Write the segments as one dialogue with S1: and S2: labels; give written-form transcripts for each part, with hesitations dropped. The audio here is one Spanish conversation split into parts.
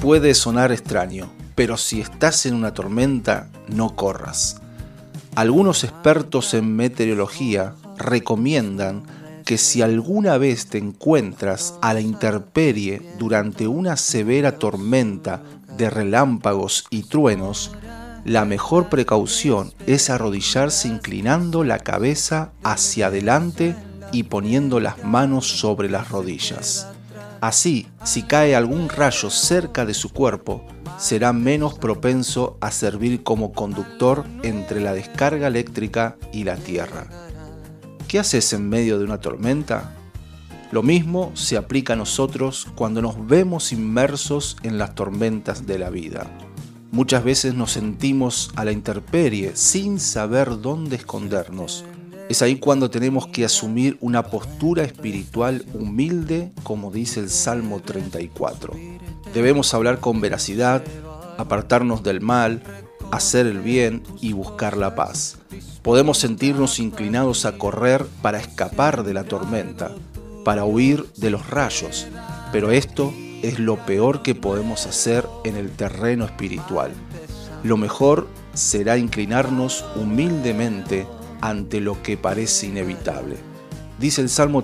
S1: Puede sonar extraño, pero si estás en una tormenta, no corras. Algunos expertos en meteorología recomiendan que si alguna vez te encuentras a la intemperie durante una severa tormenta de relámpagos y truenos, la mejor precaución es arrodillarse inclinando la cabeza hacia adelante y poniendo las manos sobre las rodillas. Así, si cae algún rayo cerca de su cuerpo, será menos propenso a servir como conductor entre la descarga eléctrica y la tierra. ¿Qué haces en medio de una tormenta? Lo mismo se aplica a nosotros cuando nos vemos inmersos en las tormentas de la vida. Muchas veces nos sentimos a la intemperie sin saber dónde escondernos. Es ahí cuando tenemos que asumir una postura espiritual humilde, como dice el Salmo 34. Debemos hablar con veracidad, apartarnos del mal, hacer el bien y buscar la paz. Podemos sentirnos inclinados a correr para escapar de la tormenta, para huir de los rayos, pero esto es lo peor que podemos hacer en el terreno espiritual. Lo mejor será inclinarnos humildemente ante lo que parece inevitable. Dice el Salmo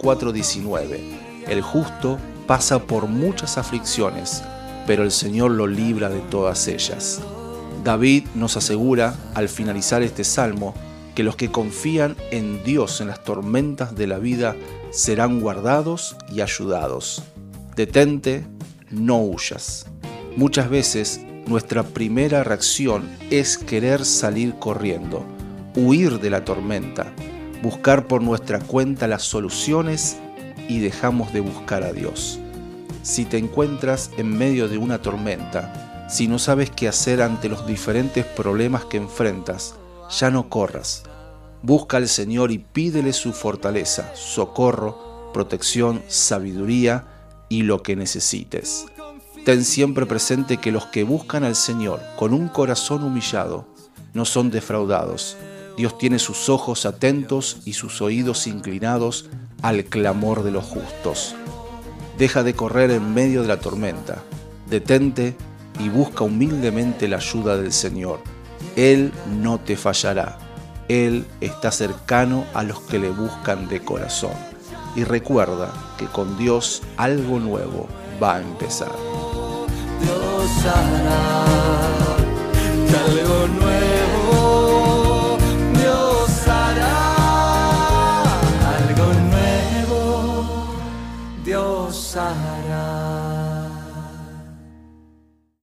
S1: 34:19, el justo pasa por muchas aflicciones, pero el Señor lo libra de todas ellas. David nos asegura, al finalizar este salmo, que los que confían en Dios en las tormentas de la vida serán guardados y ayudados. Detente, no huyas. Muchas veces nuestra primera reacción es querer salir corriendo, huir de la tormenta, buscar por nuestra cuenta las soluciones y dejamos de buscar a Dios. Si te encuentras en medio de una tormenta, si no sabes qué hacer ante los diferentes problemas que enfrentas, ya no corras. Busca al Señor y pídele su fortaleza, socorro, protección, sabiduría y lo que necesites. Ten siempre presente que los que buscan al Señor con un corazón humillado no son defraudados. Dios tiene sus ojos atentos y sus oídos inclinados al clamor de los justos. Deja de correr en medio de la tormenta. Detente y busca humildemente la ayuda del Señor. Él no te fallará. Él está cercano a los que le buscan de corazón. Y recuerda que con Dios algo nuevo va a empezar.
S2: Dios hará algo nuevo. Dios hará algo nuevo. Dios hará.